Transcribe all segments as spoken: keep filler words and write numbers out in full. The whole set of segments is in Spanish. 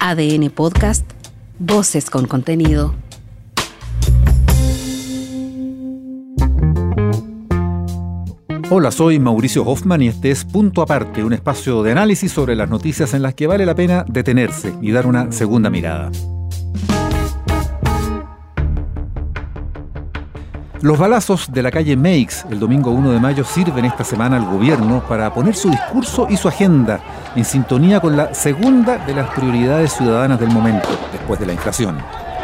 A D N Podcast, voces con contenido. Hola, soy Mauricio Hoffman y este es Punto Aparte, un espacio de análisis sobre las noticias en las que vale la pena detenerse y dar una segunda mirada. Los balazos de la calle Meix el domingo uno de mayo sirven esta semana al gobierno para poner su discurso y su agenda en sintonía con la segunda de las prioridades ciudadanas del momento, después de la inflación.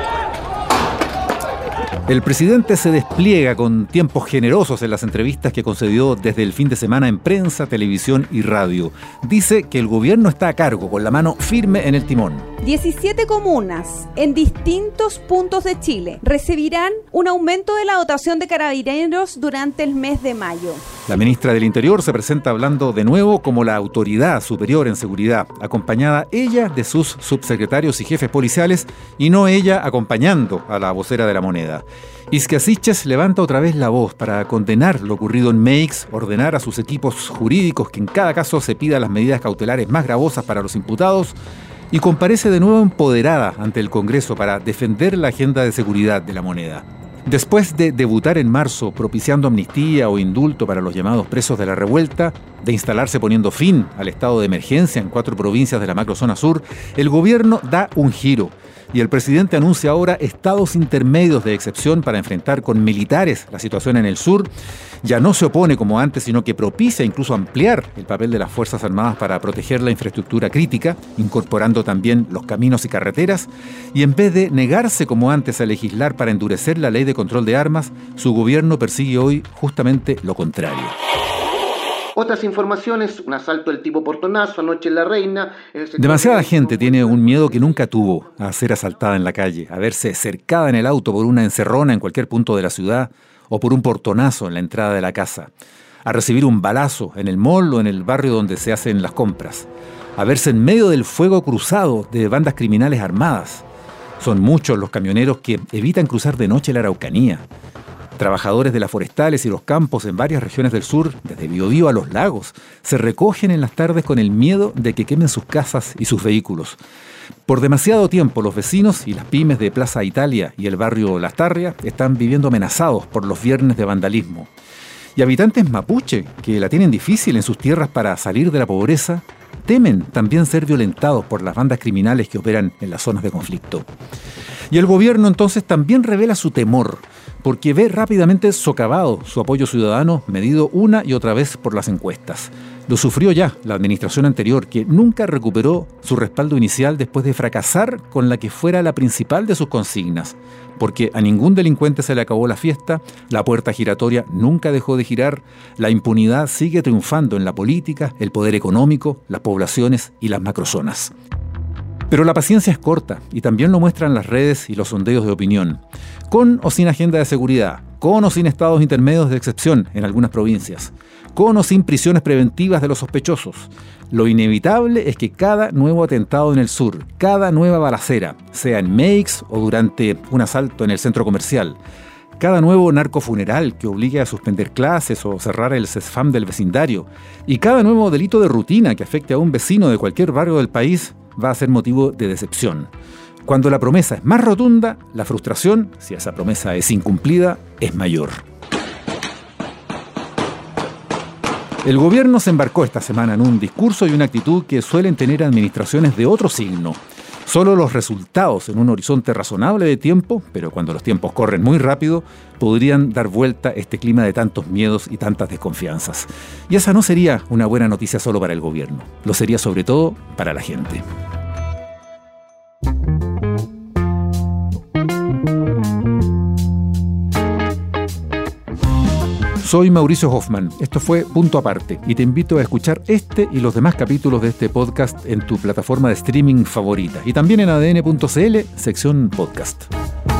El presidente se despliega con tiempos generosos en las entrevistas que concedió desde el fin de semana en prensa, televisión y radio. Dice que el gobierno está a cargo, con la mano firme en el timón. diecisiete comunas en distintos puntos de Chile recibirán un aumento de la dotación de carabineros durante el mes de mayo. La ministra del Interior se presenta hablando de nuevo como la autoridad superior en seguridad, acompañada ella de sus subsecretarios y jefes policiales y no ella acompañando a la vocera de la moneda. Isquia Siches levanta otra vez la voz para condenar lo ocurrido en Meix, ordenar a sus equipos jurídicos que en cada caso se pidan las medidas cautelares más gravosas para los imputados y comparece de nuevo empoderada ante el Congreso para defender la agenda de seguridad de la moneda. Después de debutar en marzo propiciando amnistía o indulto para los llamados presos de la revuelta, de instalarse poniendo fin al estado de emergencia en cuatro provincias de la macrozona sur, el gobierno da un giro y el presidente anuncia ahora estados intermedios de excepción para enfrentar con militares la situación en el sur. Ya no se opone como antes, sino que propicia incluso ampliar el papel de las Fuerzas Armadas para proteger la infraestructura crítica, incorporando también los caminos y carreteras, y en vez de negarse como antes a legislar para endurecer la ley de control de armas, su gobierno persigue hoy justamente lo contrario. Otras informaciones, un asalto del tipo portonazo anoche en La Reina. En el Demasiada gente tiene un miedo que nunca tuvo a ser asaltada en la calle, a verse cercada en el auto por una encerrona en cualquier punto de la ciudad o por un portonazo en la entrada de la casa, a recibir un balazo en el mall o en el barrio donde se hacen las compras, a verse en medio del fuego cruzado de bandas criminales armadas. Son muchos los camioneros que evitan cruzar de noche la Araucanía. Trabajadores de las forestales y los campos en varias regiones del sur, desde Biobío a los lagos, se recogen en las tardes con el miedo de que quemen sus casas y sus vehículos. Por demasiado tiempo, los vecinos y las pymes de Plaza Italia y el barrio Lastarria están viviendo amenazados por los viernes de vandalismo. Y habitantes mapuche, que la tienen difícil en sus tierras para salir de la pobreza, temen también ser violentados por las bandas criminales que operan en las zonas de conflicto. Y el gobierno entonces también revela su temor, porque ve rápidamente socavado su apoyo ciudadano medido una y otra vez por las encuestas. Lo sufrió ya la administración anterior, que nunca recuperó su respaldo inicial después de fracasar con la que fuera la principal de sus consignas, porque a ningún delincuente se le acabó la fiesta, la puerta giratoria nunca dejó de girar, la impunidad sigue triunfando en la política, el poder económico, las poblaciones y las macrozonas. Pero la paciencia es corta y también lo muestran las redes y los sondeos de opinión. Con o sin agenda de seguridad, con o sin estados intermedios de excepción en algunas provincias, con o sin prisiones preventivas de los sospechosos. Lo inevitable es que cada nuevo atentado en el sur, cada nueva balacera, sea en Meix o durante un asalto en el centro comercial, cada nuevo narcofuneral que obligue a suspender clases o cerrar el CESFAM del vecindario, y cada nuevo delito de rutina que afecte a un vecino de cualquier barrio del país, va a ser motivo de decepción. Cuando la promesa es más rotunda, la frustración, si esa promesa es incumplida, es mayor. El gobierno se embarcó esta semana en un discurso y una actitud que suelen tener administraciones de otro signo. Solo los resultados en un horizonte razonable de tiempo, pero cuando los tiempos corren muy rápido, podrían dar vuelta este clima de tantos miedos y tantas desconfianzas. Y esa no sería una buena noticia solo para el gobierno, lo sería sobre todo para la gente. Soy Mauricio Hoffman, esto fue Punto Aparte y te invito a escuchar este y los demás capítulos de este podcast en tu plataforma de streaming favorita y también en A D N punto C L, sección podcast.